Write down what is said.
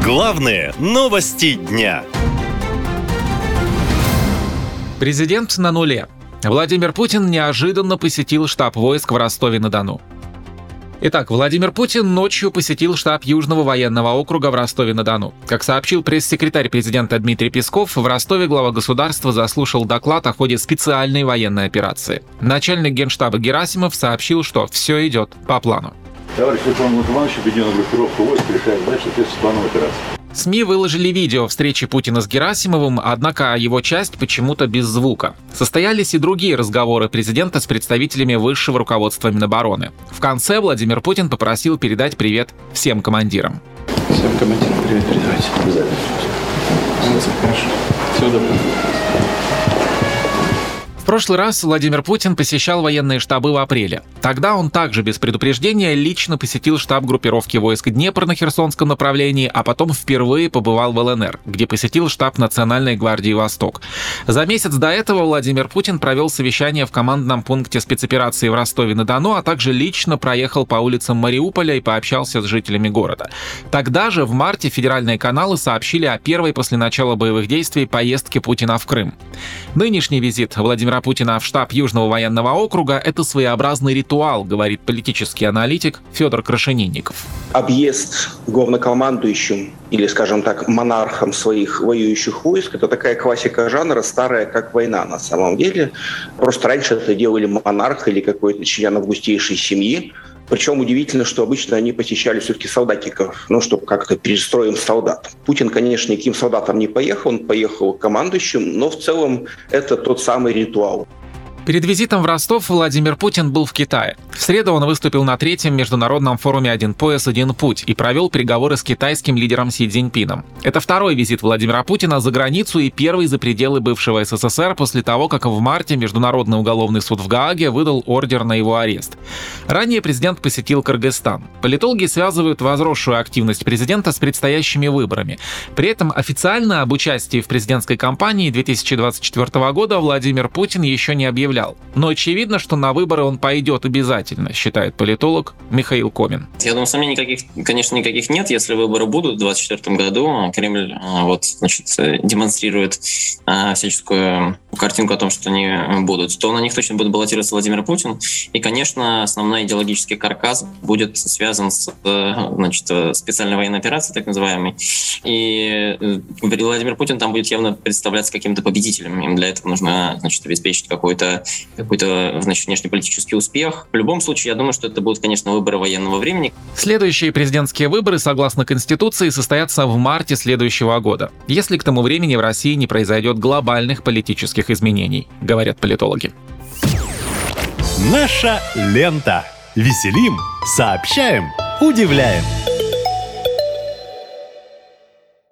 Главные новости дня. Президент на нуле. Владимир Путин неожиданно посетил штаб войск в Ростове-на-Дону. Итак, Владимир Путин ночью посетил штаб Южного военного округа в Ростове-на-Дону. Как сообщил пресс-секретарь президента Дмитрий Песков, в Ростове глава государства заслушал доклад о ходе специальной военной операции. Начальник Генштаба Герасимов сообщил, что все идет по плану. Товарищ Александр Иванович, объединенная группировка войск решает дальше соответственно плану операции. СМИ выложили видео встречи Путина с Герасимовым, однако его часть почему-то без звука. Состоялись и другие разговоры президента с представителями высшего руководства Минобороны. В конце Владимир Путин попросил передать привет всем командирам. Всем командирам привет передавайте. Обязательно. Хорошо. Всего доброго. В прошлый раз Владимир Путин посещал военные штабы в апреле. Тогда он также без предупреждения лично посетил штаб группировки войск Днепр на Херсонском направлении, а потом впервые побывал в ЛНР, где посетил штаб Национальной гвардии «Восток». За месяц до этого Владимир Путин провел совещание в командном пункте спецоперации в Ростове-на-Дону, а также лично проехал по улицам Мариуполя и пообщался с жителями города. Тогда же, в марте, федеральные каналы сообщили о первой после начала боевых действий поездке Путина в Крым. Нынешний визит Владимира Путина в штаб Южного военного округа – это своеобразный ритуал, говорит политический аналитик Федор Крашенинников. Объезд главнокомандующим или, скажем так, монархом своих воюющих войск – это такая классика жанра, старая как война на самом деле. Просто раньше это делали монарх или какой-то член августейшей семьи. Причем удивительно, что обычно они посещали все-таки солдатиков, чтобы как-то перестроим солдат. Путин, конечно, никаким солдатом не поехал, он поехал командующим, но в целом это тот самый ритуал. Перед визитом в Ростов Владимир Путин был в Китае. В среду он выступил на 3-м международном форуме «Один пояс, один путь» и провел переговоры с китайским лидером Си Цзиньпином. Это второй визит Владимира Путина за границу и первый за пределы бывшего СССР после того, как в марте Международный уголовный суд в Гааге выдал ордер на его арест. Ранее президент посетил Кыргызстан. Политологи связывают возросшую активность президента с предстоящими выборами. При этом официально об участии в президентской кампании 2024 года Владимир Путин еще не объявлял. Но очевидно, что на выборы он пойдет обязательно, считает политолог Михаил Комин. Я думаю, сомнений никаких нет. Если выборы будут в 2024 году, Кремль демонстрирует всяческую картинку о том, что они будут, то на них точно будет баллотироваться Владимир Путин. И, конечно, основной идеологический каркас будет связан с специальной военной операцией, так называемой. И Владимир Путин там будет явно представляться каким-то победителем. Им для этого нужно обеспечить какой-то внешнеполитический успех. В любом случае, я думаю, что это будут, конечно, выборы военного времени. Следующие президентские выборы, согласно Конституции, состоятся в марте следующего года, если к тому времени в России не произойдет глобальных политических изменений, говорят политологи. Наша лента. Веселим, сообщаем, удивляем.